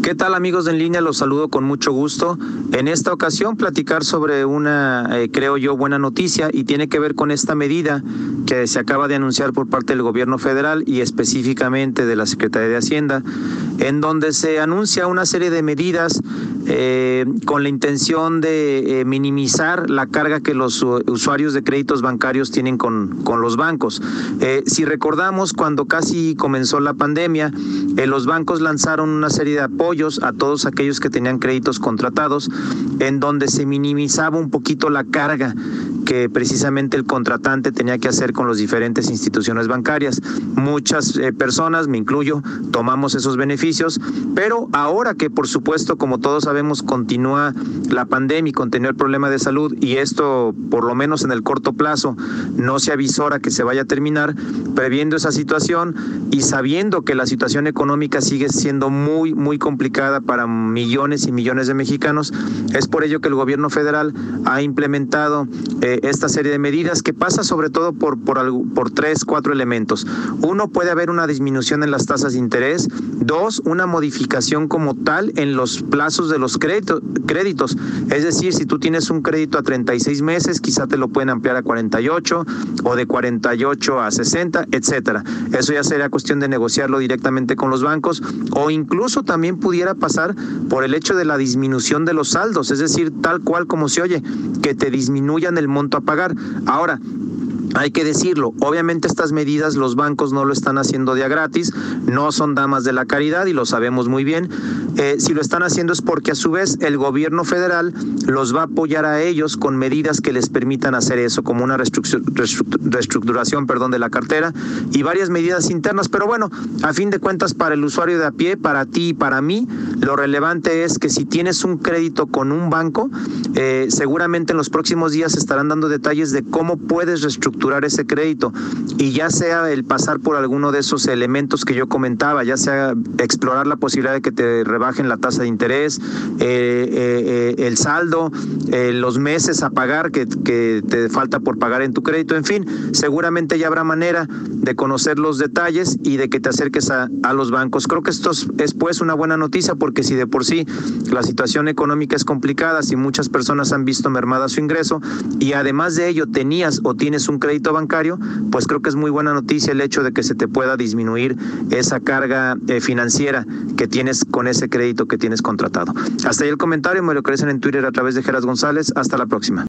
¿Qué tal, amigos de En Línea? Los saludo con mucho gusto. En esta ocasión platicar sobre una, creo yo, buena noticia, y tiene que ver con esta medida que se acaba de anunciar por parte del gobierno federal y específicamente de la Secretaría de Hacienda, en donde se anuncia una serie de medidas con la intención de minimizar la carga que los usuarios de créditos bancarios tienen con los bancos. Si recordamos, cuando casi comenzó la pandemia, los bancos lanzaron una serie de apoyos a todos aquellos que tenían créditos contratados, en donde se minimizaba un poquito la carga que precisamente el contratante tenía que hacer con las diferentes instituciones bancarias. Muchas personas, me incluyo, tomamos esos beneficios, pero ahora que, por supuesto, como todos sabemos, continúa la pandemia y continúa el problema de salud, y esto, por lo menos en el corto plazo, no se avisora que se vaya a terminar, previendo esa situación y sabiendo que la situación económica sigue siendo muy complicada para millones y millones de mexicanos, es por ello que el gobierno federal ha implementado esta serie de medidas, que pasa sobre todo por 3-4 elementos. Uno, puede haber una disminución en las tasas de interés. Dos, una modificación como tal en los plazos de los créditos. Es decir, si tú tienes un crédito a 36 meses, quizá te lo pueden ampliar a 48, o de 48 a 60, etcétera. Eso ya sería cuestión de negociarlo directamente con los bancos, o incluso también pudiera pasar por el hecho de la disminución de los saldos, es decir, tal cual como se oye, que te disminuyan el monto a pagar. Ahora, hay que decirlo, obviamente estas medidas los bancos no lo están haciendo de a gratis, no son damas de la caridad y lo sabemos muy bien. Si lo están haciendo es porque a su vez el gobierno federal los va a apoyar a ellos con medidas que les permitan hacer eso, como una reestructuración de la cartera y varias medidas internas. Pero bueno, a fin de cuentas, para el usuario de a pie, para ti y para mí, lo relevante es que si tienes un crédito con un banco, seguramente en los próximos días estarán dando detalles de cómo puedes reestructurar ese crédito, y ya sea el pasar por alguno de esos elementos que yo comentaba, ya sea explorar la posibilidad de que te rebajen la tasa de interés, el saldo, los meses a pagar que te falta por pagar en tu crédito, en fin, seguramente ya habrá manera de conocer los detalles y de que te acerques a los bancos. Creo que esto es pues una buena noticia, porque si de por sí la situación económica es complicada, si muchas personas han visto mermada su ingreso y además de ello tenías o tienes un crédito bancario, pues creo que es muy buena noticia el hecho de que se te pueda disminuir esa carga financiera que tienes con ese crédito que tienes contratado. Hasta ahí el comentario, me lo crecen en Twitter a través de Geras González. Hasta la próxima.